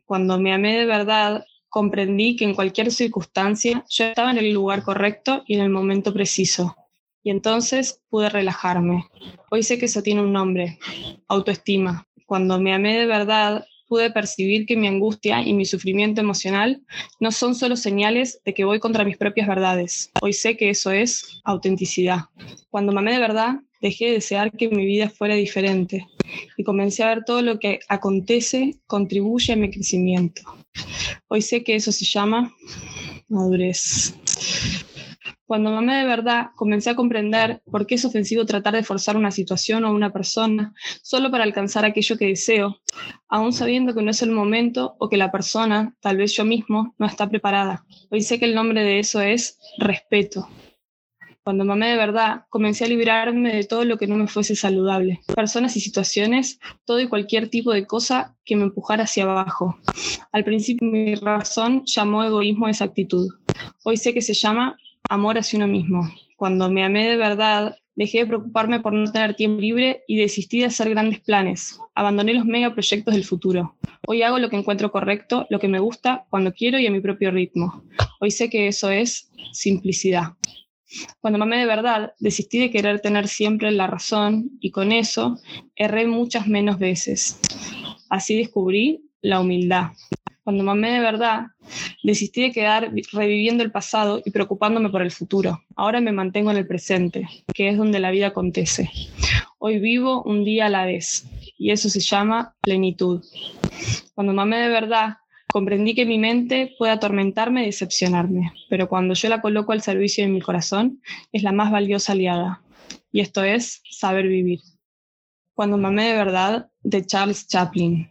Cuando me amé de verdad, comprendí que en cualquier circunstancia yo estaba en el lugar correcto y en el momento preciso. Y entonces pude relajarme. Hoy sé que eso tiene un nombre: autoestima. Cuando me amé de verdad, pude percibir que mi angustia y mi sufrimiento emocional no son solo señales de que voy contra mis propias verdades. Hoy sé que eso es autenticidad. Cuando me amé de verdad, dejé de desear que mi vida fuera diferente y comencé a ver todo lo que acontece contribuye a mi crecimiento. Hoy sé que eso se llama madurez. Cuando me amé de verdad, comencé a comprender por qué es ofensivo tratar de forzar una situación o una persona solo para alcanzar aquello que deseo, aún sabiendo que no es el momento o que la persona, tal vez yo mismo, no está preparada. Hoy sé que el nombre de eso es respeto. Cuando me amé de verdad, comencé a librarme de todo lo que no me fuese saludable. Personas y situaciones, todo y cualquier tipo de cosa que me empujara hacia abajo. Al principio mi razón llamó egoísmo a esa actitud. Hoy sé que se llama amor hacia uno mismo. Cuando me amé de verdad, dejé de preocuparme por no tener tiempo libre y desistí de hacer grandes planes. Abandoné los megaproyectos del futuro. Hoy hago lo que encuentro correcto, lo que me gusta, cuando quiero y a mi propio ritmo. Hoy sé que eso es simplicidad. Cuando me amé de verdad, desistí de querer tener siempre la razón y con eso erré muchas menos veces. Así descubrí la humildad. Cuando me amé de verdad, desistí de quedar reviviendo el pasado y preocupándome por el futuro. Ahora me mantengo en el presente, que es donde la vida acontece. Hoy vivo un día a la vez y eso se llama plenitud. Cuando me amé de verdad, comprendí que mi mente puede atormentarme y decepcionarme, pero cuando yo la coloco al servicio de mi corazón, es la más valiosa aliada. Y esto es saber vivir. Cuando me amé de verdad, de Charles Chaplin.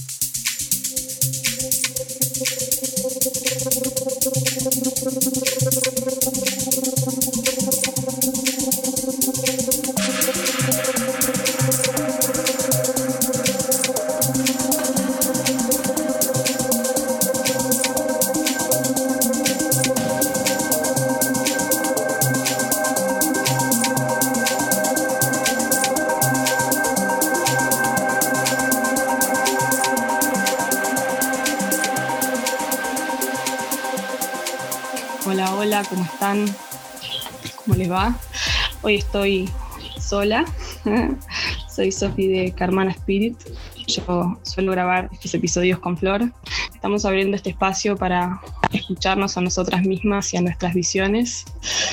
Hola, hola, ¿cómo están? ¿Cómo les va? Hoy estoy sola. Soy Sofi de Carmana Spirit. Yo suelo grabar estos episodios con Flor. Estamos abriendo este espacio para escucharnos a nosotras mismas y a nuestras visiones.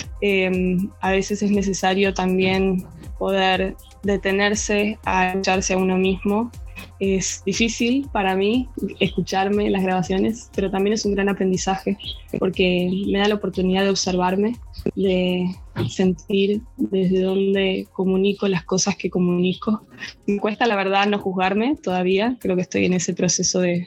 A veces es necesario también poder detenerse a escucharse a uno mismo. Es difícil para mí escucharme en las grabaciones, pero también es un gran aprendizaje porque me da la oportunidad de observarme, de sentir desde dónde comunico las cosas que comunico. Me cuesta, la verdad, no juzgarme todavía. Creo que estoy en ese proceso de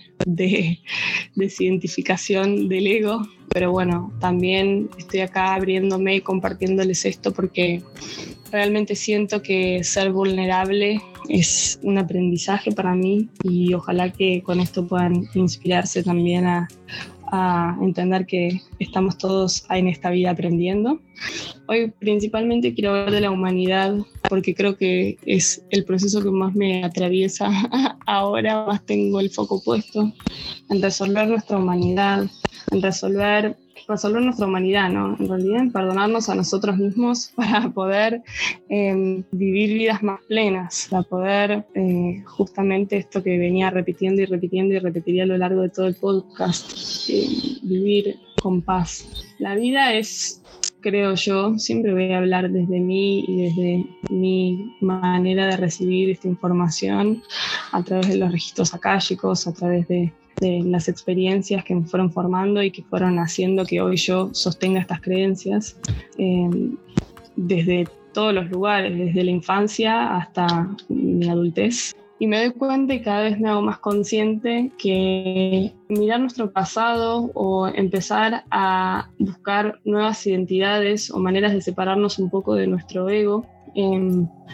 desidentificación del ego, pero bueno, también estoy acá abriéndome y compartiéndoles esto porque realmente siento que ser vulnerable es un aprendizaje para mí y ojalá que con esto puedan inspirarse también a entender que estamos todos en esta vida aprendiendo. Hoy principalmente quiero hablar de la humanidad porque creo que es el proceso que más me atraviesa ahora, más tengo el foco puesto en resolver nuestra humanidad, en resolver nuestra humanidad, ¿no? En realidad, en perdonarnos a nosotros mismos para poder vivir vidas más plenas, para poder justamente esto que venía repitiendo y repitiendo y repetiría a lo largo de todo el podcast, vivir con paz. La vida es, creo yo, siempre voy a hablar desde mí y desde mi manera de recibir esta información a través de los registros akáshicos, a través de las experiencias que me fueron formando y que fueron haciendo que hoy yo sostenga estas creencias desde todos los lugares, desde la infancia hasta mi adultez. Y me doy cuenta y cada vez me hago más consciente que mirar nuestro pasado o empezar a buscar nuevas identidades o maneras de separarnos un poco de nuestro ego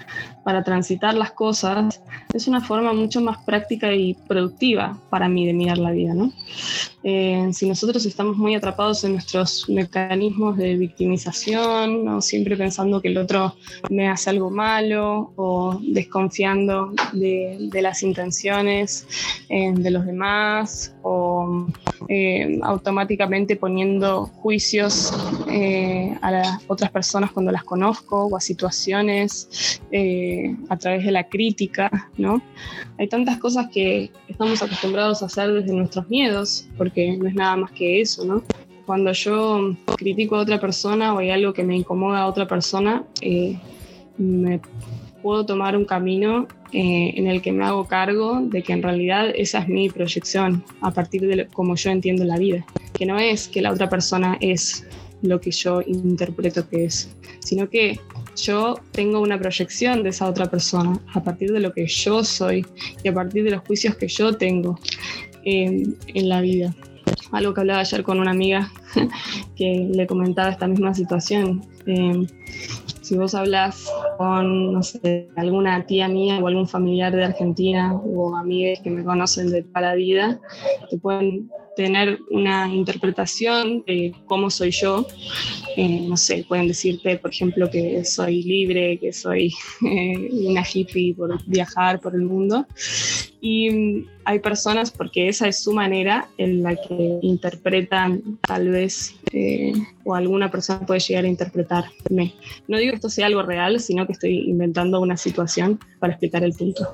para transitar las cosas es una forma mucho más práctica y productiva para mí de mirar la vida, ¿no? Si nosotros estamos muy atrapados en nuestros mecanismos de victimización, ¿no? Siempre pensando que el otro me hace algo malo o desconfiando de las intenciones de los demás o automáticamente poniendo juicios a las otras personas cuando las conozco o a situaciones a través de la crítica, ¿no? Hay tantas cosas que estamos acostumbrados a hacer desde nuestros miedos, porque no es nada más que eso, ¿no? Cuando yo critico a otra persona o hay algo que me incomoda a otra persona, me puedo tomar un camino en el que me hago cargo de que en realidad esa es mi proyección a partir de cómo yo entiendo la vida, que no es que la otra persona es lo que yo interpreto que es, sino que yo tengo una proyección de esa otra persona a partir de lo que yo soy y a partir de los juicios que yo tengo en la vida. Algo que hablaba ayer con una amiga que le comentaba esta misma situación. Si vos hablas con, no sé, alguna tía mía o algún familiar de Argentina o amigas que me conocen de toda la vida, te pueden tener una interpretación de cómo soy yo. No sé, pueden decirte, por ejemplo, que soy libre, que soy una hippie por viajar por el mundo. Y hay personas, porque esa es su manera en la que interpretan, tal vez, o alguna persona puede llegar a interpretarme. No digo que esto sea algo real, sino que estoy inventando una situación para explicar el punto.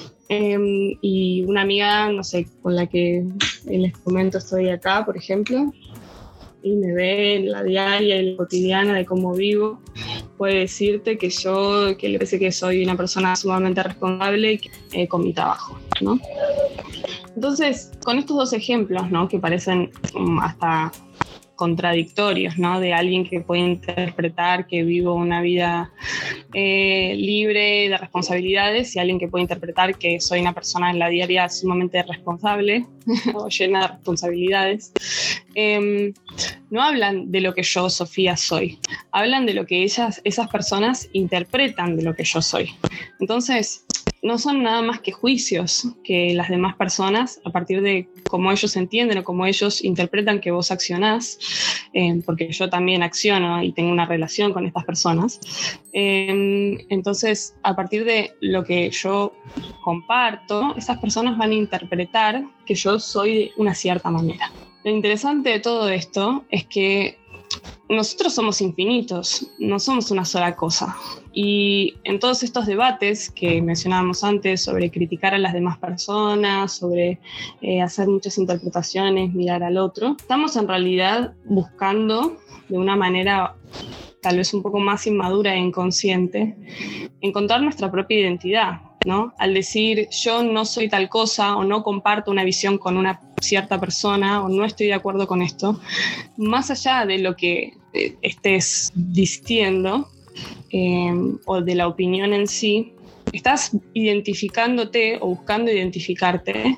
Y una amiga, no sé, con la que en este momento estoy acá, por ejemplo, y me ve en la diaria, en la cotidiana de cómo vivo, puede decirte que le parece que soy una persona sumamente responsable con mi trabajo, ¿no? Entonces, con estos dos ejemplos, ¿no? Que parecen hasta contradictorios, ¿no? De alguien que puede interpretar que vivo una vida libre de responsabilidades y alguien que puede interpretar que soy una persona en la diaria sumamente responsable o llena de responsabilidades. No hablan de lo que yo, Sofía, soy. Hablan de lo que esas personas interpretan de lo que yo soy. Entonces, no son nada más que juicios que las demás personas, a partir de cómo ellos entienden o cómo ellos interpretan que vos accionás, porque yo también acciono y tengo una relación con estas personas. Entonces, a partir de lo que yo comparto, esas personas van a interpretar que yo soy de una cierta manera. Lo interesante de todo esto es que nosotros somos infinitos, no somos una sola cosa. Y en todos estos debates que mencionábamos antes sobre criticar a las demás personas, sobre hacer muchas interpretaciones, mirar al otro, estamos en realidad buscando de una manera tal vez un poco más inmadura e inconsciente encontrar nuestra propia identidad, ¿no? Al decir yo no soy tal cosa o no comparto una visión con una cierta persona o no estoy de acuerdo con esto, más allá de lo que estés diciendo o de la opinión en sí, estás identificándote o buscando identificarte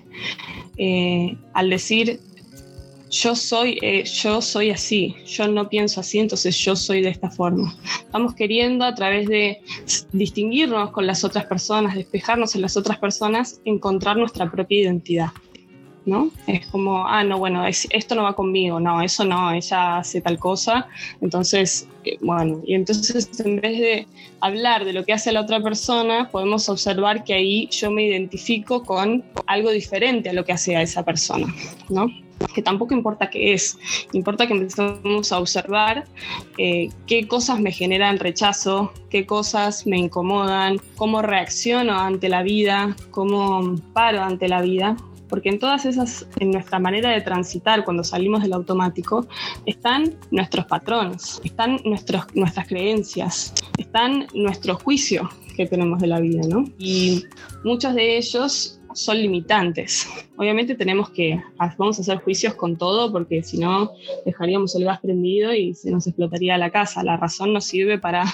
al decir yo soy así, yo no pienso así, entonces yo soy de esta forma. Estamos queriendo, a través de distinguirnos con las otras personas, despejarnos en las otras personas, encontrar nuestra propia identidad, ¿no? Es como, no, bueno, esto no va conmigo, no, eso no, ella hace tal cosa, entonces, bueno, y entonces en vez de hablar de lo que hace la otra persona, podemos observar que ahí yo me identifico con algo diferente a lo que hace a esa persona, ¿no? Que tampoco importa qué es, importa que empecemos a observar qué cosas me generan rechazo, qué cosas me incomodan, cómo reacciono ante la vida, cómo paro ante la vida, porque en todas esas, en nuestra manera de transitar cuando salimos del automático, están nuestros patrones, están nuestras creencias, están nuestro juicio que tenemos de la vida, ¿no? Y muchos de ellos son limitantes. Obviamente vamos a hacer juicios con todo, porque si no dejaríamos el gas prendido y se nos explotaría la casa. La razón nos sirve para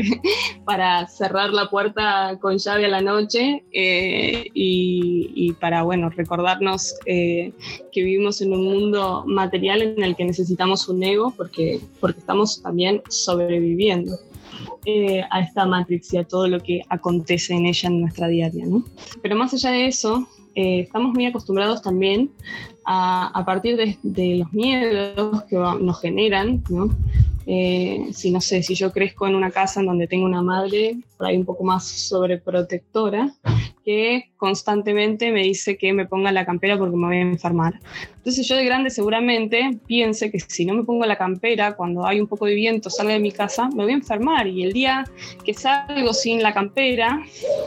cerrar la puerta con llave a la noche y para, bueno, recordarnos que vivimos en un mundo material en el que necesitamos un ego porque estamos también sobreviviendo. a esta Matrix y a todo lo que acontece en ella en nuestra diaria, ¿no? Pero más allá de eso, estamos muy acostumbrados también a partir de los miedos que nos generan, ¿no? Si yo crezco en una casa en donde tengo una madre por ahí un poco más sobreprotectora, que constantemente me dice que me ponga la campera porque me voy a enfermar. Entonces yo de grande seguramente piense que si no me pongo la campera, cuando hay un poco de viento, salga de mi casa, me voy a enfermar, y el día que salgo sin la campera,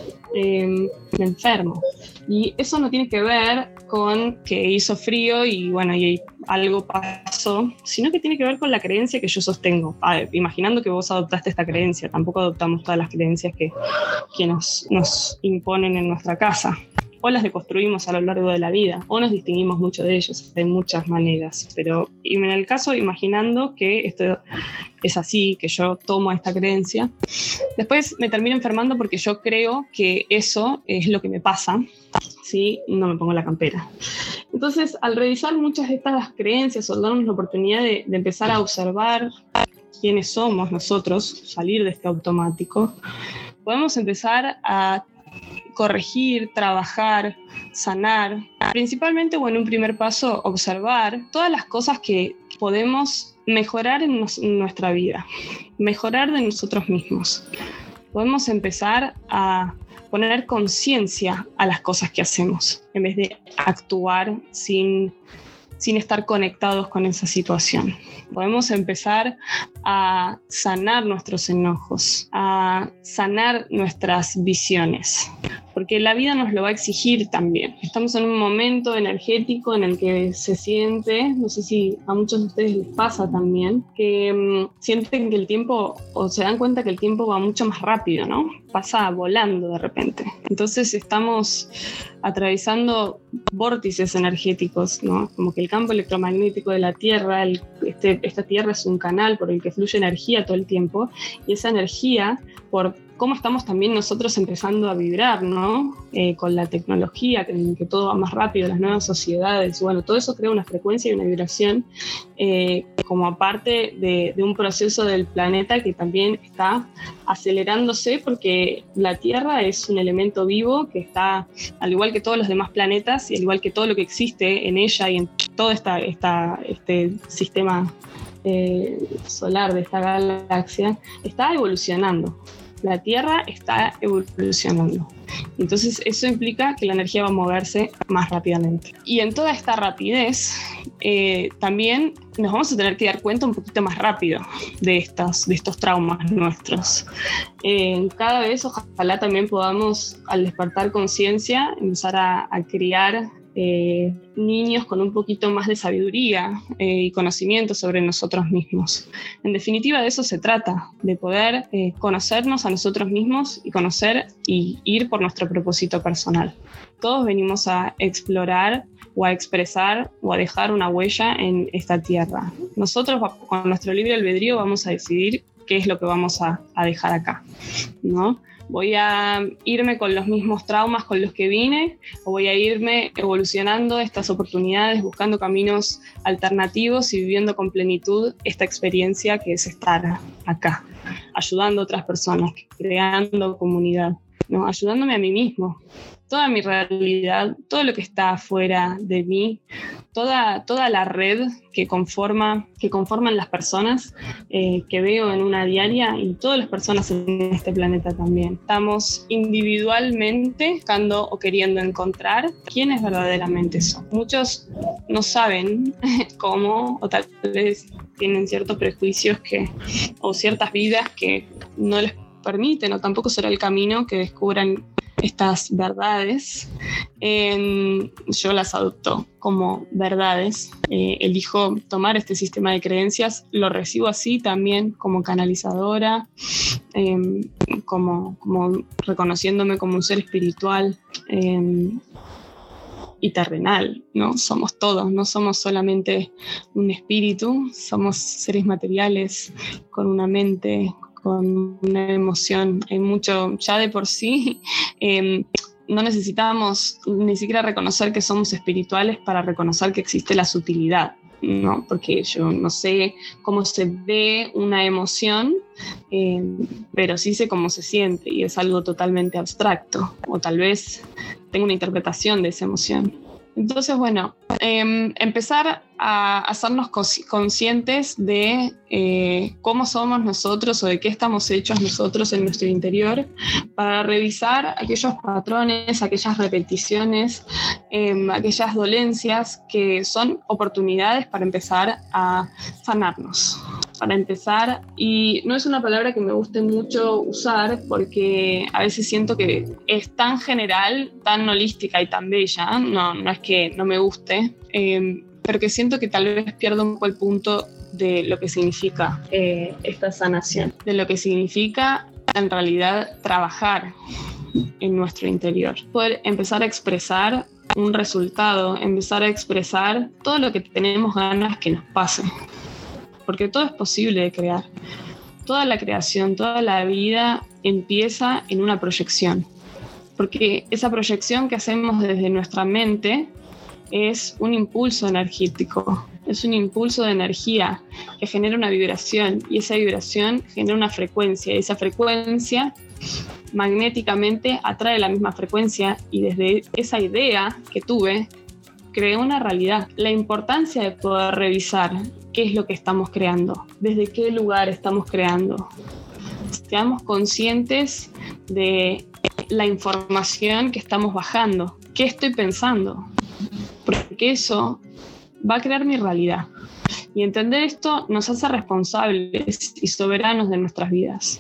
me enfermo. Y eso no tiene que ver con que hizo frío y bueno, y algo pasó, sino que tiene que ver con la creencia que yo sostengo. Imaginando que vos adoptaste esta creencia, tampoco adoptamos todas las creencias que nos imponen en nuestra casa, o las deconstruimos a lo largo de la vida, o nos distinguimos mucho de ellos de muchas maneras. Pero en el caso, imaginando que esto es así, que yo tomo esta creencia, después me termino enfermando porque yo creo que eso es lo que me pasa si no me pongo la campera. Entonces, al revisar muchas de estas creencias, o darnos la oportunidad de empezar a observar quiénes somos nosotros, salir de este automático, podemos empezar a corregir, trabajar, sanar. Principalmente, en un primer paso, observar todas las cosas que podemos mejorar en nuestra vida, mejorar de nosotros mismos. Podemos empezar a poner conciencia a las cosas que hacemos, en vez de actuar sin estar conectados con esa situación. Podemos empezar a sanar nuestros enojos, a sanar nuestras visiones, porque la vida nos lo va a exigir también. Estamos en un momento energético en el que se siente, no sé si a muchos de ustedes les pasa también, que sienten que el tiempo, o se dan cuenta que el tiempo va mucho más rápido, ¿no? Pasa volando de repente. Entonces estamos atravesando vórtices energéticos, ¿no? Como que el campo electromagnético de la Tierra, esta Tierra es un canal por el que fluye energía todo el tiempo, y esa energía, por cómo estamos también nosotros empezando a vibrar, ¿no? Con la tecnología, que todo va más rápido, las nuevas sociedades, bueno, todo eso crea una frecuencia y una vibración como parte de un proceso del planeta que también está acelerándose, porque la Tierra es un elemento vivo que está, al igual que todos los demás planetas y al igual que todo lo que existe en ella y en todo este sistema solar de esta galaxia, está evolucionando. La Tierra está evolucionando. Entonces eso implica que la energía va a moverse más rápidamente. Y en toda esta rapidez también nos vamos a tener que dar cuenta un poquito más rápido de estos traumas nuestros. Cada vez ojalá también podamos, al despertar conciencia, empezar a criar niños con un poquito más de sabiduría y conocimiento sobre nosotros mismos. En definitiva, de eso se trata, de poder conocernos a nosotros mismos y conocer y ir por nuestro propósito personal. Todos venimos a explorar o a expresar o a dejar una huella en esta tierra. Nosotros, con nuestro libre albedrío, vamos a decidir qué es lo que vamos a dejar acá, ¿no? ¿Voy a irme con los mismos traumas con los que vine, o voy a irme evolucionando estas oportunidades, buscando caminos alternativos y viviendo con plenitud esta experiencia que es estar acá, ayudando a otras personas, creando comunidad, ¿no? Ayudándome a mí mismo? Toda mi realidad, todo lo que está afuera de mí, toda la red que conforman las personas que veo en una diaria, y todas las personas en este planeta también. Estamos individualmente buscando o queriendo encontrar quiénes verdaderamente son. Muchos no saben cómo, o tal vez tienen ciertos prejuicios o ciertas vidas que no les permiten, o tampoco será el camino que descubran estas verdades. Yo las adopto como verdades, elijo tomar este sistema de creencias, lo recibo así también como canalizadora, como reconociéndome como un ser espiritual y terrenal, ¿no? Somos todos, no somos solamente un espíritu, somos seres materiales con una mente, con una emoción. Hay mucho ya de por sí. No necesitamos ni siquiera reconocer que somos espirituales para reconocer que existe la sutilidad, ¿no? Porque yo no sé cómo se ve una emoción, pero sí sé cómo se siente y es algo totalmente abstracto, o tal vez tengo una interpretación de esa emoción. Entonces, bueno, empezar a hacernos conscientes de cómo somos nosotros o de qué estamos hechos nosotros en nuestro interior, para revisar aquellos patrones, aquellas repeticiones, aquellas dolencias que son oportunidades para empezar a sanarnos. Para empezar, y no es una palabra que me guste mucho usar porque a veces siento que es tan general, tan holística y tan bella, no es que no me guste, pero que siento que tal vez pierdo un poco el punto de lo que significa esta sanación, de lo que significa en realidad trabajar en nuestro interior, poder empezar a expresar un resultado, empezar a expresar todo lo que tenemos ganas que nos pase. Porque todo es posible de crear. Toda la creación, toda la vida empieza en una proyección. Porque esa proyección que hacemos desde nuestra mente es un impulso energético, es un impulso de energía que genera una vibración y esa vibración genera una frecuencia y esa frecuencia magnéticamente atrae la misma frecuencia y desde esa idea que tuve creé una realidad. La importancia de poder revisar qué es lo que estamos creando, desde qué lugar estamos creando. Seamos conscientes de la información que estamos bajando, qué estoy pensando, porque eso va a crear mi realidad. Y entender esto nos hace responsables y soberanos de nuestras vidas.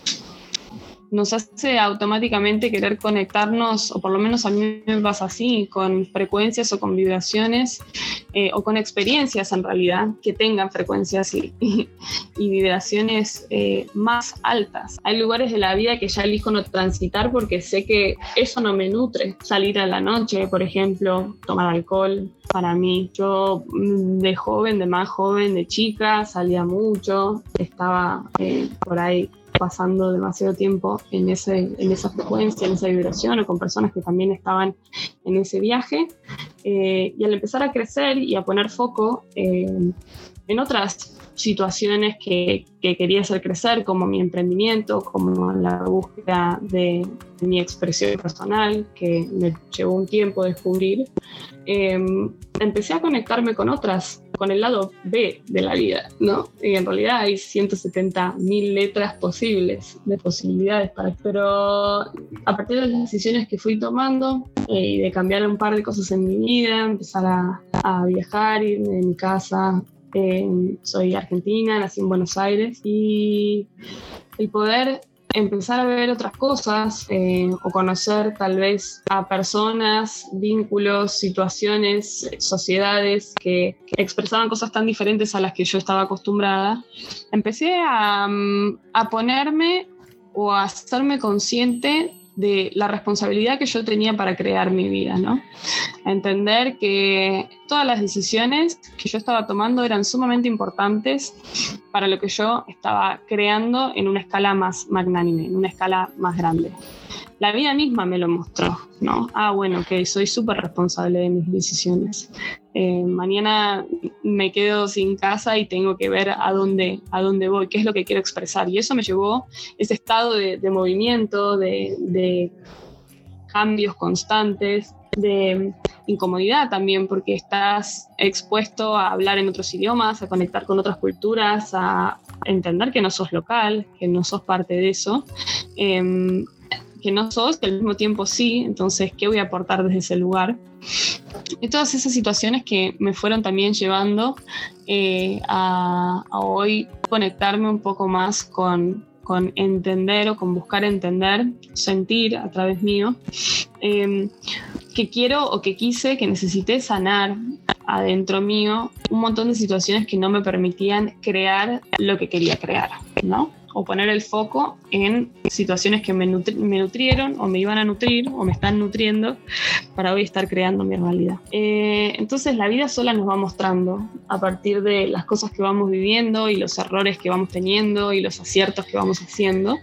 Nos hace automáticamente querer conectarnos, o por lo menos a mí me pasa así, con frecuencias o con vibraciones o con experiencias en realidad que tengan frecuencias y vibraciones más altas. Hay lugares de la vida que ya elijo no transitar porque sé que eso no me nutre. Salir a la noche, por ejemplo, tomar alcohol. Para mí, yo de joven, de más joven, de chica, salía mucho, estaba por ahí pasando demasiado tiempo en esa frecuencia, en esa vibración, o con personas que también estaban en ese viaje. Y al empezar a crecer y a poner foco en otras situaciones que quería hacer crecer, como mi emprendimiento, como la búsqueda de mi expresión personal, que me llevó un tiempo descubrir, empecé a conectarme con otras, con el lado B de la vida, ¿no? Y en realidad hay 170.000 letras posibles, de posibilidades pero a partir de las decisiones que fui tomando y de cambiar un par de cosas en mi vida, empezar a viajar, irme de mi casa. Soy argentina, nací en Buenos Aires, y el poder empezar a ver otras cosas o conocer tal vez a personas, vínculos, situaciones, sociedades que expresaban cosas tan diferentes a las que yo estaba acostumbrada, empecé a ponerme o a hacerme consciente de la responsabilidad que yo tenía para crear mi vida, ¿no? A entender que todas las decisiones que yo estaba tomando eran sumamente importantes para lo que yo estaba creando en una escala más magnánime, en una escala más grande. La vida misma me lo mostró, ¿no? Bueno, que soy súper responsable de mis decisiones. Mañana me quedo sin casa y tengo que ver a dónde voy, qué es lo que quiero expresar. Y eso me llevó ese estado de movimiento, de cambios constantes, de incomodidad también, porque estás expuesto a hablar en otros idiomas, a conectar con otras culturas, a entender que no sos local, que no sos parte de eso. Que no sos, que al mismo tiempo sí, entonces, ¿qué voy a aportar desde ese lugar? Y todas esas situaciones que me fueron también llevando a hoy conectarme un poco más con entender o con buscar entender, sentir a través mío, que quiero o que quise, que necesité sanar adentro mío un montón de situaciones que no me permitían crear lo que quería crear, ¿no? O poner el foco en situaciones que me nutrieron o me iban a nutrir o me están nutriendo para hoy estar creando mi realidad. Entonces la vida sola nos va mostrando a partir de las cosas que vamos viviendo y los errores que vamos teniendo y los aciertos que vamos haciendo.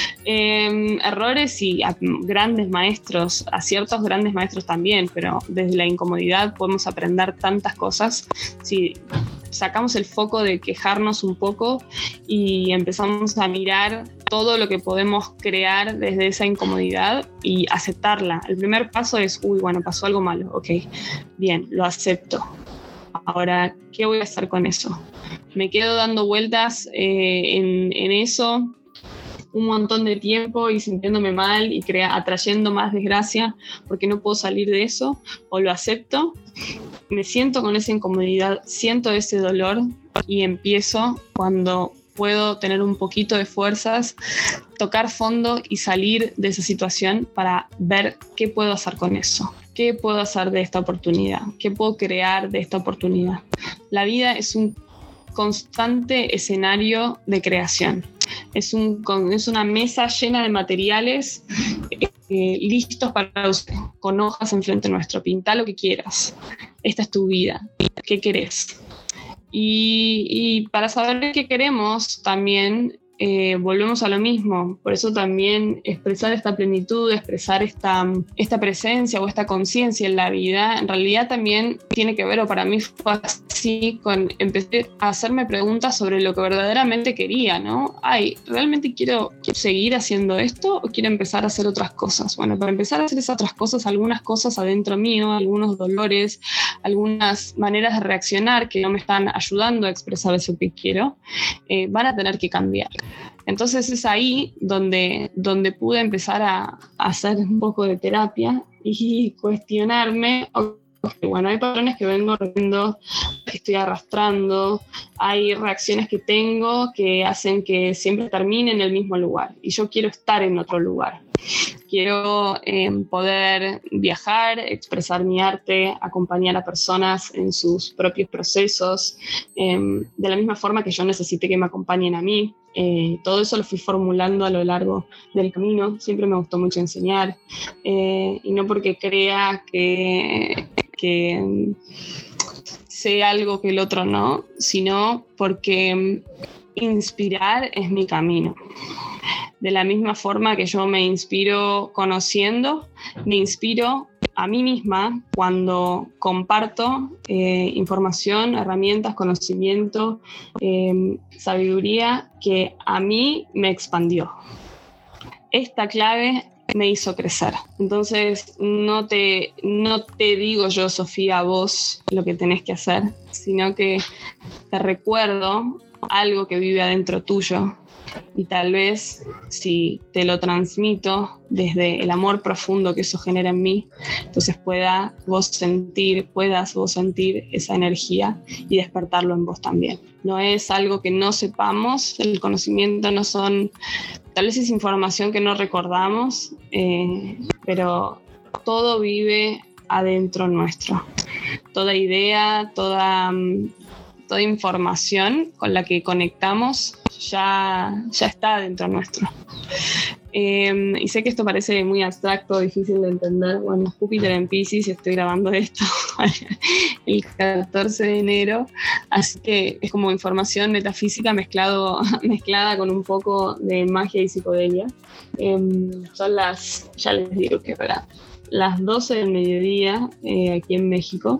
Errores y grandes maestros, aciertos grandes maestros también, pero desde la incomodidad podemos aprender tantas cosas si sacamos el foco de quejarnos un poco y empezamos a mirar todo lo que podemos crear desde esa incomodidad y aceptarla. El primer paso es, bueno, pasó algo malo, ok, bien, lo acepto. Ahora, ¿qué voy a hacer con eso? Me quedo dando vueltas en eso un montón de tiempo y sintiéndome mal y atrayendo más desgracia porque no puedo salir de eso, o lo acepto, me siento con esa incomodidad, siento ese dolor y empiezo, cuando puedo tener un poquito de fuerzas, tocar fondo y salir de esa situación para ver qué puedo hacer con eso. ¿Qué puedo hacer de esta oportunidad? ¿Qué puedo crear de esta oportunidad? La vida es un constante escenario de creación. Es una mesa llena de materiales listos para usar, con hojas enfrente nuestro. Pintá lo que quieras. Esta es tu vida. ¿Qué querés? Y para saber qué queremos también volvemos a lo mismo. Por eso también expresar esta plenitud, expresar esta presencia o esta conciencia en la vida, en realidad también tiene que ver, o para mí fue así, empecé a hacerme preguntas sobre lo que verdaderamente quería, ¿no? ¿Realmente quiero seguir haciendo esto o quiero empezar a hacer otras cosas? Bueno, para empezar a hacer esas otras cosas, algunas cosas adentro mío, algunos dolores, algunas maneras de reaccionar que no me están ayudando a expresar eso que quiero, van a tener que cambiar. Entonces es ahí donde pude empezar a hacer un poco de terapia y cuestionarme, bueno, hay patrones que vengo repitiendo, que estoy arrastrando, hay reacciones que tengo que hacen que siempre termine en el mismo lugar y yo quiero estar en otro lugar. Quiero poder viajar, expresar mi arte, acompañar a personas en sus propios procesos, de la misma forma que yo necesite que me acompañen a mí. Todo eso lo fui formulando a lo largo del camino. Siempre me gustó mucho enseñar, y no porque crea que sé algo que el otro no, sino porque inspirar es mi camino. De la misma forma que yo me inspiro conociendo, me inspiro a mí misma cuando comparto información, herramientas, conocimiento, sabiduría que a mí me expandió. Esta clave me hizo crecer. Entonces no te digo yo, Sofía, a vos lo que tenés que hacer, sino que te recuerdo algo que vive adentro tuyo. Y tal vez si te lo transmito desde el amor profundo que eso genera en mí, entonces puedas vos sentir esa energía y despertarlo en vos también. No es algo que no sepamos, el conocimiento no son, tal vez es información que no recordamos, pero todo vive adentro nuestro. Toda idea, toda información con la que conectamos ya está dentro nuestro. Y sé que esto parece muy abstracto, difícil de entender. Bueno, Júpiter en Piscis, y estoy grabando esto el 14 de enero, así que es como información metafísica mezclada con un poco de magia y psicodelia. Son ya les digo que las 12 del mediodía aquí en México,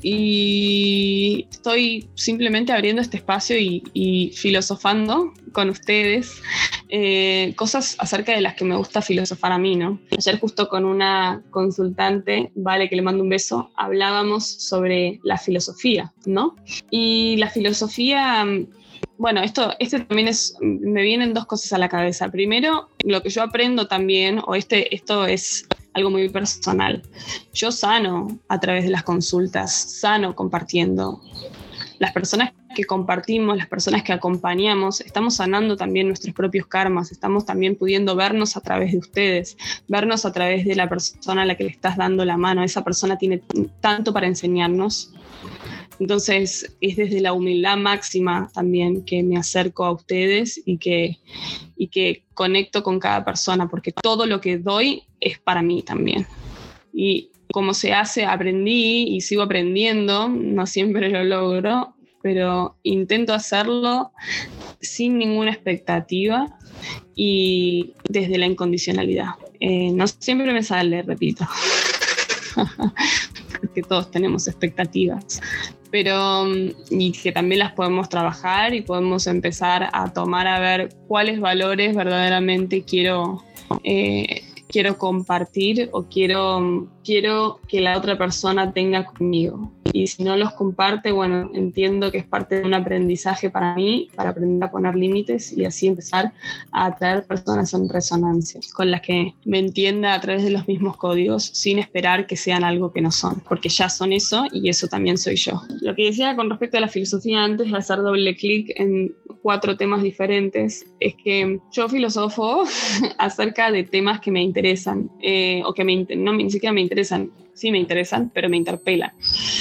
y estoy simplemente abriendo este espacio y filosofando con ustedes cosas acerca de las que me gusta filosofar a mí, ¿no? Ayer justo con una consultante, Vale, que le mando un beso, hablábamos sobre la filosofía, ¿no? Y la filosofía, bueno, esto también me vienen dos cosas a la cabeza. Primero, lo que yo aprendo también, esto es algo muy personal. Yo sano a través de las consultas, sano compartiendo. Las personas que compartimos, las personas que acompañamos, estamos sanando también nuestros propios karmas, estamos también pudiendo vernos a través de ustedes, vernos a través de la persona a la que le estás dando la mano. Esa persona tiene tanto para enseñarnos. Entonces es desde la humildad máxima también que me acerco a ustedes y que conecto con cada persona, porque todo lo que doy es para mí también. Y como se hace, aprendí y sigo aprendiendo, no siempre lo logro, pero intento hacerlo sin ninguna expectativa y desde la incondicionalidad. No siempre me sale, repito, porque todos tenemos expectativas, pero y que también las podemos trabajar y podemos empezar a tomar a ver cuáles valores verdaderamente quiero compartir o quiero que la otra persona tenga conmigo. Y si no los comparte, bueno, entiendo que es parte de un aprendizaje para mí, para aprender a poner límites y así empezar a atraer personas en resonancia, con las que me entienda a través de los mismos códigos, sin esperar que sean algo que no son, porque ya son eso y eso también soy yo. Lo que decía con respecto a la filosofía antes de hacer doble clic en 4 temas diferentes, es que yo filosofo acerca de temas que me interesan, o que ni siquiera me interesan, sí me interesan, pero me interpelan.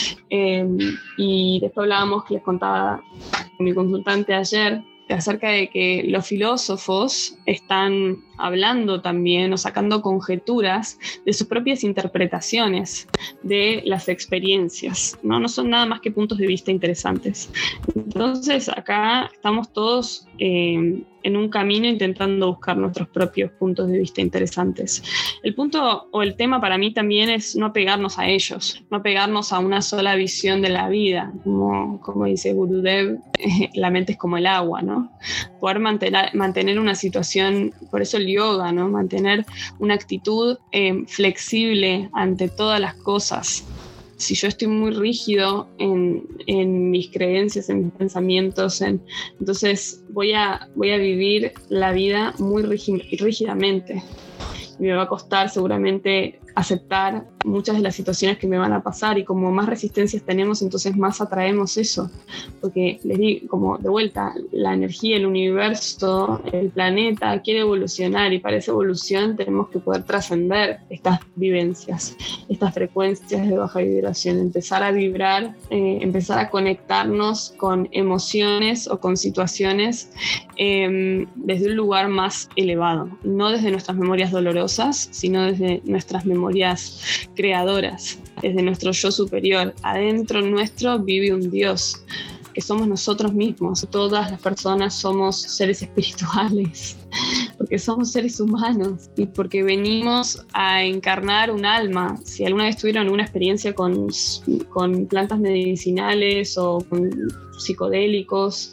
Y después hablábamos, que les contaba con mi consultante ayer, acerca de que los filósofos están hablando también o sacando conjeturas de sus propias interpretaciones de las experiencias, ¿no? No son nada más que puntos de vista interesantes. Entonces acá estamos todos en un camino intentando buscar nuestros propios puntos de vista interesantes. El punto o el tema para mí también es no apegarnos a ellos, no apegarnos a una sola visión de la vida, como dice Gurudev, la mente es como el agua, ¿no? Poder mantener una situación, por eso el yoga, ¿no? Mantener una actitud flexible ante todas las cosas. Si yo estoy muy rígido en mis creencias, en mis pensamientos, entonces voy a vivir la vida muy rígidamente. Y me va a costar seguramente aceptar muchas de las situaciones que me van a pasar, y como más resistencias tenemos, entonces más atraemos eso, porque les digo, como de vuelta, la energía, el universo, el planeta quiere evolucionar, y para esa evolución tenemos que poder trascender estas vivencias, estas frecuencias de baja vibración, empezar a vibrar, empezar a conectarnos con emociones o con situaciones desde un lugar más elevado, no desde nuestras memorias dolorosas, sino desde nuestras memorias creadoras, desde nuestro yo superior. Adentro nuestro vive un Dios, que somos nosotros mismos. Todas las personas somos seres espirituales, porque somos seres humanos y porque venimos a encarnar un alma. Si alguna vez tuvieron alguna experiencia con plantas medicinales o con psicodélicos,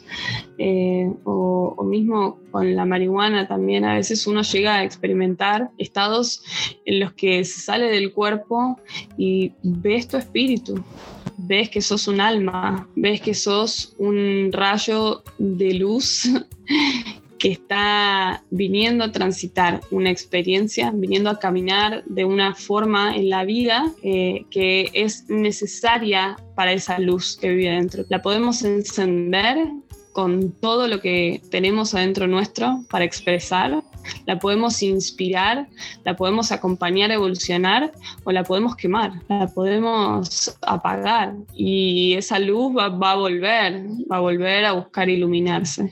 o mismo con la marihuana también, a veces uno llega a experimentar estados en los que se sale del cuerpo y ves tu espíritu, ves que sos un alma, ves que sos un rayo de luz que está viniendo a transitar una experiencia, viniendo a caminar de una forma en la vida que es necesaria para esa luz que vive adentro. La podemos encender con todo lo que tenemos adentro nuestro para expresar, la podemos inspirar, la podemos acompañar a evolucionar, o la podemos quemar, la podemos apagar, y esa luz va a volver a buscar iluminarse,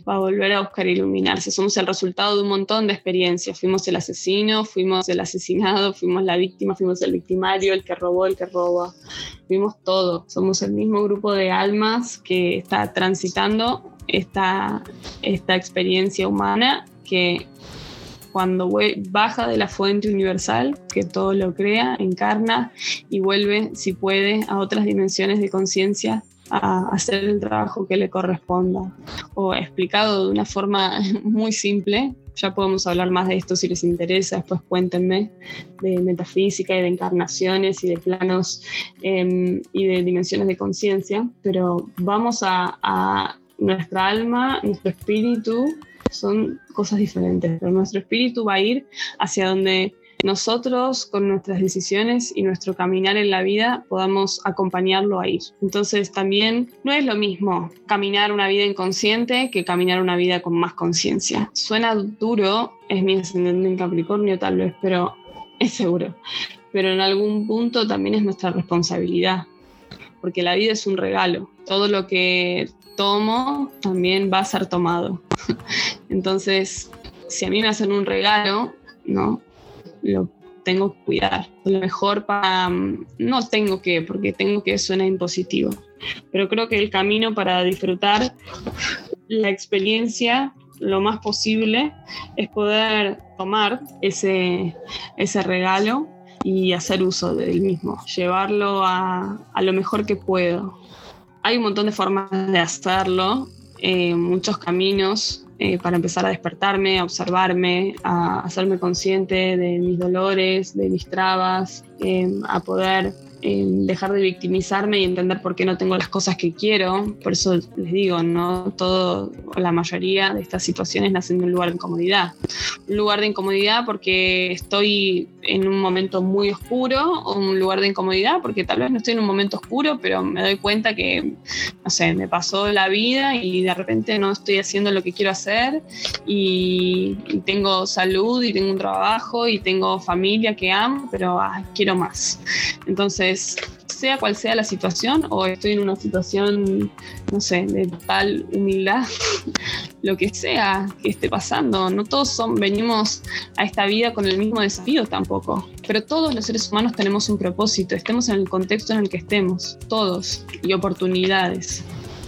Somos el resultado de un montón de experiencias. Fuimos el asesino, fuimos el asesinado, fuimos la víctima, fuimos el victimario, el que robó, el que roba. Fuimos todo. Somos el mismo grupo de almas que está transitando esta experiencia humana, que cuando baja de la fuente universal, que todo lo crea, encarna y vuelve, si puede, a otras dimensiones de conciencia a hacer el trabajo que le corresponda. O explicado de una forma muy simple, ya podemos hablar más de esto si les interesa, después cuéntenme, de metafísica y de encarnaciones y de planos y de dimensiones de conciencia, pero vamos a nuestra alma, nuestro espíritu, son cosas diferentes, pero nuestro espíritu va a ir hacia donde nosotros, con nuestras decisiones y nuestro caminar en la vida, podamos acompañarlo a ir. Entonces también no es lo mismo caminar una vida inconsciente que caminar una vida con más conciencia. Suena duro, es mi ascendente en Capricornio tal vez, pero es seguro. Pero en algún punto también es nuestra responsabilidad, porque la vida es un regalo. Todo lo que tomo también va a ser tomado. Entonces, si a mí me hacen un regalo, ¿no?, lo tengo que cuidar. Lo mejor no tengo que, porque tengo que suena impositivo. Pero creo que el camino para disfrutar la experiencia lo más posible es poder tomar ese regalo y hacer uso del mismo. Llevarlo a lo mejor que puedo, Hay un montón de formas de hacerlo, muchos caminos para empezar a despertarme, a observarme, a hacerme consciente de mis dolores, de mis trabas, a poder dejar de victimizarme y entender por qué no tengo las cosas que quiero. Por eso les digo, no todo, la mayoría de estas situaciones nacen de un lugar de incomodidad. Un lugar de incomodidad porque estoy en un momento muy oscuro, o un lugar de incomodidad porque tal vez no estoy en un momento oscuro, pero me doy cuenta que, no sé, me pasó la vida y de repente no estoy haciendo lo que quiero hacer y tengo salud y tengo un trabajo y tengo familia que amo, pero quiero más. Entonces, sea cual sea la situación, o estoy en una situación, no sé, de total humildad, lo que sea que esté pasando, no todos venimos a esta vida con el mismo desafío tampoco, pero todos los seres humanos tenemos un propósito, estemos en el contexto en el que estemos, todos, y oportunidades,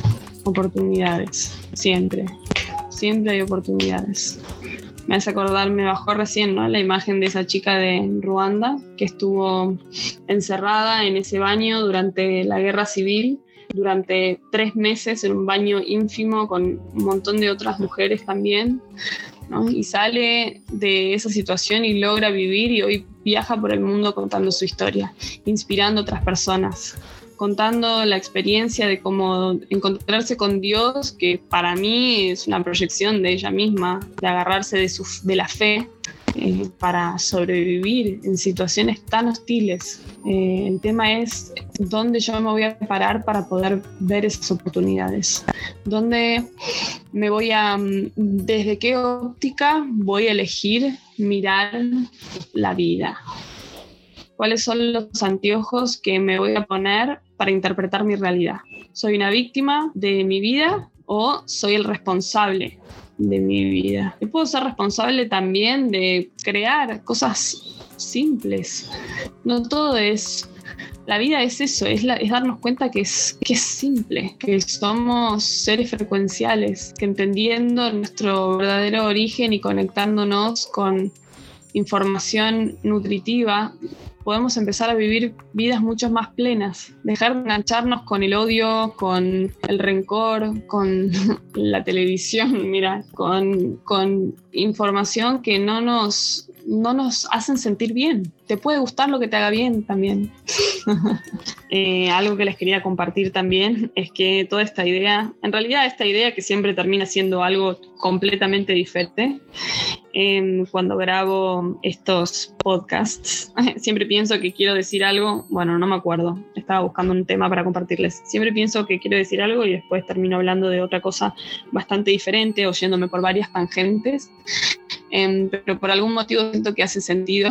siempre hay oportunidades. Me hace acordar, me bajó recién, ¿no?, la imagen de esa chica de Ruanda que estuvo encerrada en ese baño durante la guerra civil, durante 3 meses en un baño ínfimo con un montón de otras mujeres también, ¿no? Y sale de esa situación y logra vivir, y hoy viaja por el mundo contando su historia, inspirando a otras personas, contando la experiencia de cómo encontrarse con Dios, que para mí es una proyección de ella misma, de agarrarse de la fe para sobrevivir en situaciones tan hostiles. El tema es dónde yo me voy a parar para poder ver esas oportunidades, dónde me voy desde qué óptica voy a elegir mirar la vida. ¿Cuáles son los anteojos que me voy a poner para interpretar mi realidad? ¿Soy una víctima de mi vida o soy el responsable de mi vida? Y puedo ser responsable también de crear cosas simples. No todo es... La vida es eso, es darnos cuenta que es simple, que somos seres frecuenciales, que entendiendo nuestro verdadero origen y conectándonos con información nutritiva, podemos empezar a vivir vidas mucho más plenas, dejar de engancharnos con el odio, con el rencor, con la televisión, mira, con información que no nos hacen sentir bien. Te puede gustar lo que te haga bien también. Algo que les quería compartir también es que toda esta idea, en realidad esta idea que siempre termina siendo algo completamente diferente, cuando grabo estos podcasts, siempre pienso que quiero decir algo, bueno, no me acuerdo, estaba buscando un tema para compartirles, siempre pienso que quiero decir algo y después termino hablando de otra cosa bastante diferente o yéndome por varias tangentes, pero por algún motivo siento que hace sentido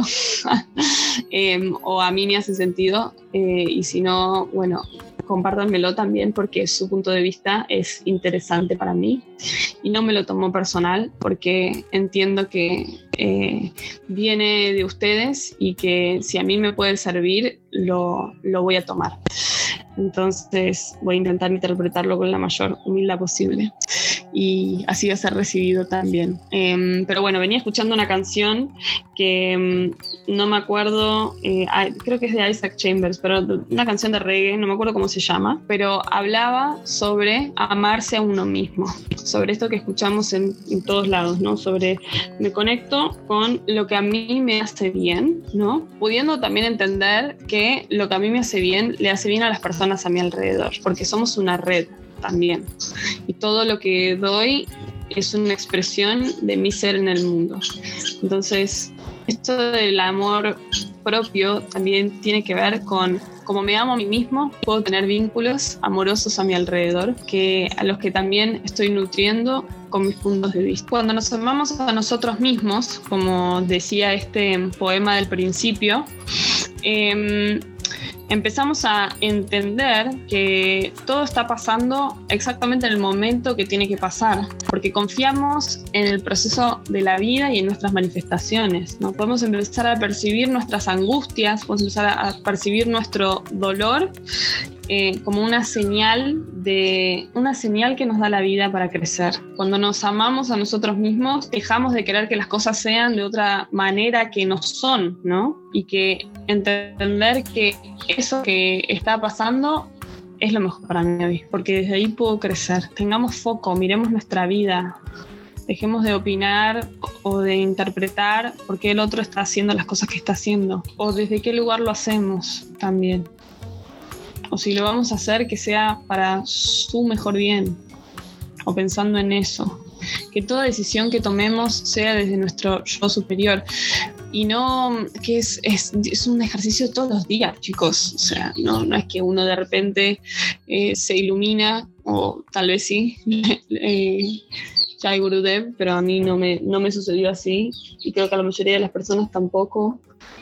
o a mí me hace sentido, y si no, bueno, compártanmelo también porque su punto de vista es interesante para mí y no me lo tomo personal porque entiendo que viene de ustedes y que si a mí me puede servir lo voy a tomar. Entonces voy a intentar interpretarlo con la mayor humildad posible y así va a ser recibido también. Pero bueno, venía escuchando una canción que no me acuerdo, creo que es de Isaac Chambers, pero una canción de reggae, no me acuerdo cómo se llama, pero hablaba sobre amarse a uno mismo, sobre esto que escuchamos en todos lados, ¿no? Sobre me conecto con lo que a mí me hace bien, ¿no? Pudiendo también entender que lo que a mí me hace bien le hace bien a las personas a mi alrededor, porque somos una red también. Y todo lo que doy es una expresión de mi ser en el mundo. Entonces, esto del amor propio también tiene que ver con como me amo a mí mismo, puedo tener vínculos amorosos a mi alrededor, a los que también estoy nutriendo con mis puntos de vista. Cuando nos amamos a nosotros mismos, como decía este poema del principio, empezamos a entender que todo está pasando exactamente en el momento que tiene que pasar, porque confiamos en el proceso de la vida y en nuestras manifestaciones, ¿no? Podemos empezar a percibir nuestras angustias, podemos empezar a percibir nuestro dolor como una señal que nos da la vida para crecer. Cuando nos amamos a nosotros mismos, dejamos de querer que las cosas sean de otra manera que no son, ¿no? Y que entender que eso que está pasando es lo mejor para mí hoy, porque desde ahí puedo crecer. Tengamos foco, miremos nuestra vida, dejemos de opinar o de interpretar por qué el otro está haciendo las cosas que está haciendo, o desde qué lugar lo hacemos también. O si lo vamos a hacer, que sea para su mejor bien, o pensando en eso. Que toda decisión que tomemos sea desde nuestro yo superior. Y no, que es un ejercicio todos los días, chicos. O sea, no es que uno de repente se ilumina, o tal vez sí, Jai Gurudev, pero a mí no me sucedió así. Y creo que a la mayoría de las personas tampoco.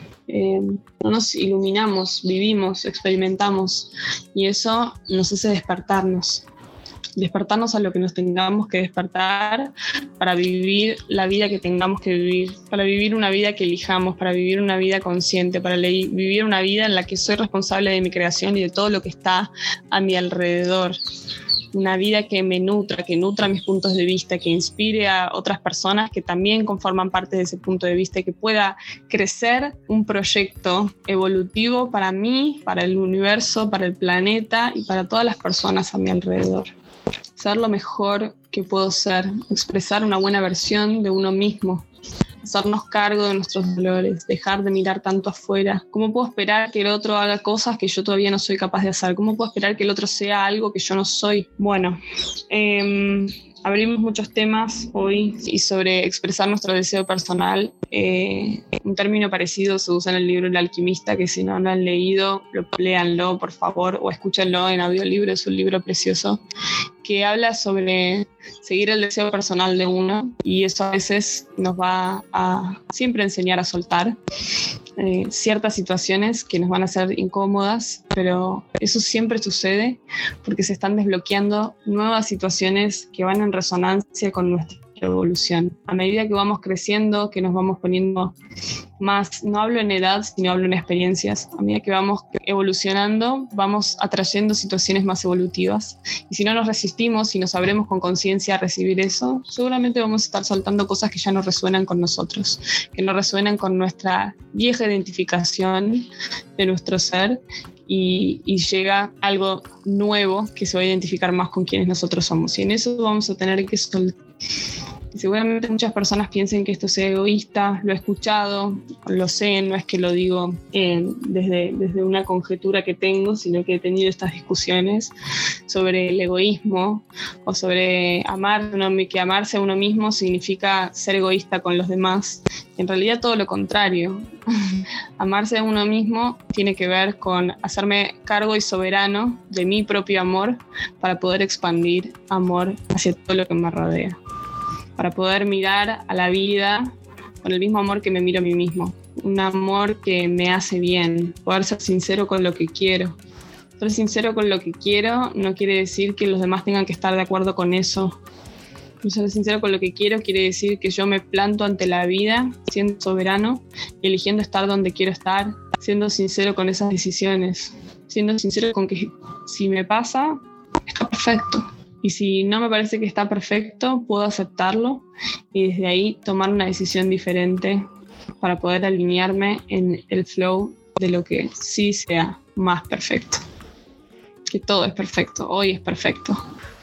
No nos iluminamos, vivimos, experimentamos, y eso nos hace despertarnos a lo que nos tengamos que despertar para vivir la vida que tengamos que vivir, para vivir una vida que elijamos, para vivir una vida consciente, para vivir una vida en la que soy responsable de mi creación y de todo lo que está a mi alrededor. Una vida que me nutra, que nutra mis puntos de vista, que inspire a otras personas que también conforman parte de ese punto de vista y que pueda crecer un proyecto evolutivo para mí, para el universo, para el planeta y para todas las personas a mi alrededor. Ser lo mejor que puedo ser, expresar una buena versión de uno mismo, hacernos cargo de nuestros dolores, dejar de mirar tanto afuera. ¿Cómo puedo esperar que el otro haga cosas que yo todavía no soy capaz de hacer? ¿Cómo puedo esperar que el otro sea algo que yo no soy? Bueno, abrimos muchos temas hoy y sobre expresar nuestro deseo personal. Un término parecido se usa en el libro El Alquimista, que si no lo han leído, léanlo por favor, o escúchenlo en audiolibro, es un libro precioso, que habla sobre seguir el deseo personal de uno, y eso a veces nos va a siempre enseñar a soltar ciertas situaciones que nos van a ser incómodas, pero eso siempre sucede porque se están desbloqueando nuevas situaciones que van en resonancia con nuestra evolución. A medida que vamos creciendo, que nos vamos poniendo más, no hablo en edad, sino hablo en experiencias, a medida que vamos evolucionando, vamos atrayendo situaciones más evolutivas. Y si no nos resistimos y nos abremos con conciencia a recibir eso, seguramente vamos a estar soltando cosas que ya no resuenan con nosotros, que no resuenan con nuestra vieja identificación de nuestro ser, y llega algo nuevo que se va a identificar más con quienes nosotros somos. Y en eso vamos a tener que soltar. Seguramente muchas personas piensen que esto es egoísta, lo he escuchado, lo sé, no es que lo digo desde una conjetura que tengo, sino que he tenido estas discusiones sobre el egoísmo o sobre que amarse a uno mismo significa ser egoísta con los demás. En realidad todo lo contrario. Amarse a uno mismo tiene que ver con hacerme cargo y soberano de mi propio amor para poder expandir amor hacia todo lo que me rodea, para poder mirar a la vida con el mismo amor que me miro a mí mismo, un amor que me hace bien, poder ser sincero con lo que quiero. Ser sincero con lo que quiero no quiere decir que los demás tengan que estar de acuerdo con eso. Ser sincero con lo que quiero quiere decir que yo me planto ante la vida siendo soberano y eligiendo estar donde quiero estar, siendo sincero con esas decisiones, siendo sincero con que si me pasa, está perfecto. Y si no me parece que está perfecto, puedo aceptarlo y desde ahí tomar una decisión diferente para poder alinearme en el flow de lo que sí sea más perfecto. Que todo es perfecto, hoy es perfecto.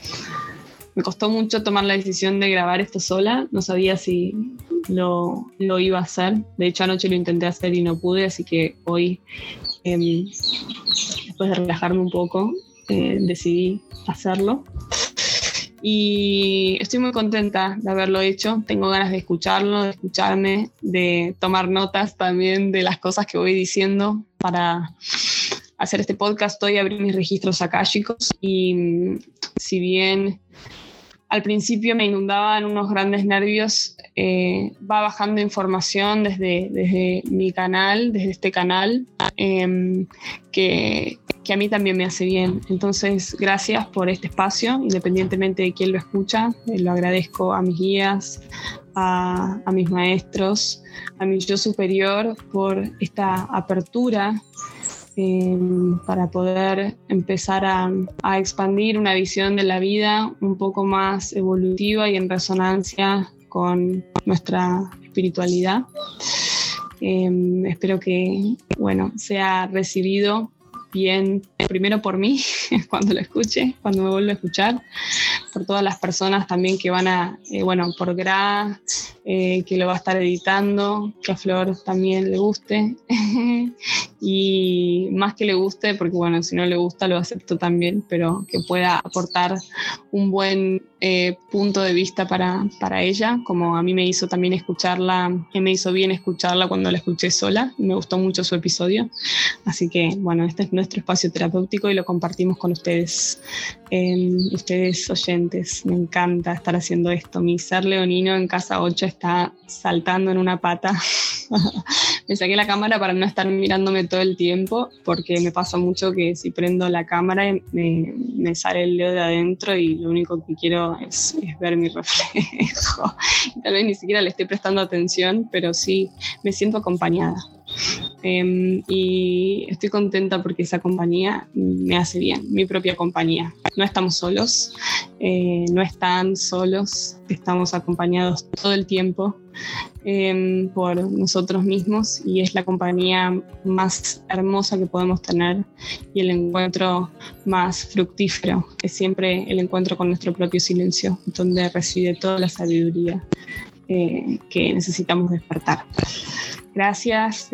Me costó mucho tomar la decisión de grabar esto sola, no sabía si lo iba a hacer. De hecho, anoche lo intenté hacer y no pude, así que hoy, después de relajarme un poco, decidí hacerlo. Y estoy muy contenta de haberlo hecho. Tengo ganas de escucharlo, de escucharme, de tomar notas también de las cosas que voy diciendo para hacer este podcast. Hoy abrí mis registros akáshicos y si bien al principio me inundaban unos grandes nervios, va bajando información desde mi canal, desde este canal, que a mí también me hace bien. Entonces, gracias por este espacio, independientemente de quién lo escucha. Lo agradezco a mis guías, a mis maestros, a mi yo superior por esta apertura para poder empezar a expandir una visión de la vida un poco más evolutiva y en resonancia con nuestra espiritualidad. Espero que sea recibido bien primero por mí, cuando lo escuche, cuando me vuelva a escuchar, por todas las personas también que van a, por Gra, que lo va a estar editando, que a Flor también le guste, y más que le guste, porque bueno, si no le gusta lo acepto también, pero que pueda aportar un buen punto de vista para ella, como a mí me hizo también escucharla, me hizo bien escucharla cuando la escuché sola, me gustó mucho su episodio, así que bueno, este es nuestro espacio terapéutico y lo compartimos con ustedes, ustedes oyentes. Me encanta estar haciendo esto. Mi ser leonino en casa 8 está saltando en una pata. Me saqué la cámara para no estar mirándome todo el tiempo, porque me pasa mucho que si prendo la cámara me sale el Leo de adentro y lo único que quiero es ver mi reflejo. Tal vez ni siquiera le estoy prestando atención, pero sí me siento acompañada. Y estoy contenta porque esa compañía me hace bien, mi propia compañía. No estamos solos, no están solos, estamos acompañados todo el tiempo por nosotros mismos, y es la compañía más hermosa que podemos tener y el encuentro más fructífero, es siempre el encuentro con nuestro propio silencio, donde reside toda la sabiduría que necesitamos despertar. Gracias.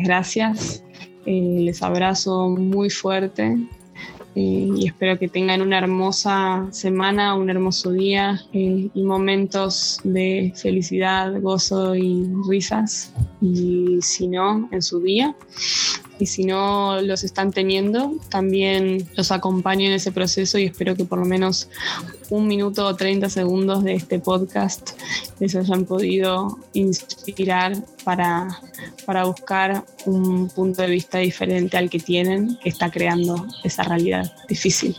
Les abrazo muy fuerte y espero que tengan una hermosa semana, un hermoso día y momentos de felicidad, gozo y risas. Y si no, en su día. Y si no los están teniendo, también los acompaño en ese proceso y espero que por lo menos 1 minuto o 30 segundos de este podcast les hayan podido inspirar para buscar un punto de vista diferente al que tienen, que está creando esa realidad difícil.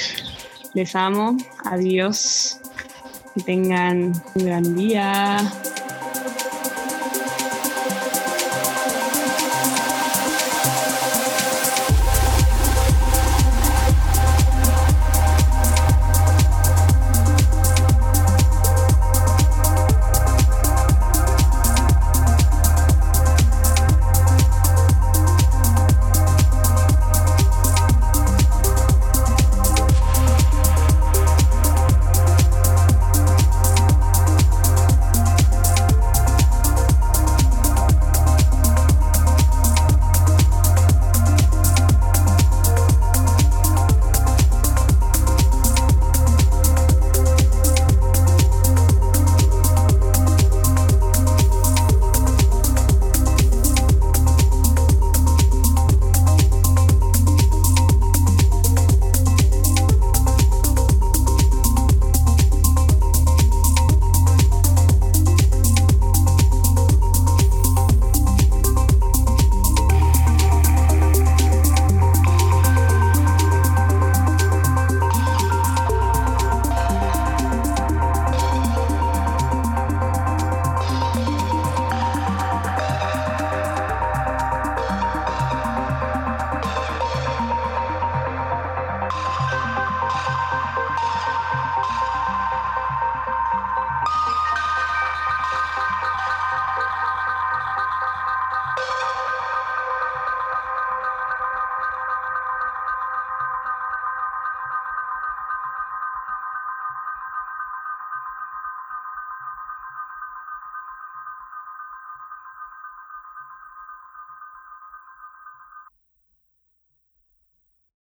Les amo, adiós, que tengan un gran día.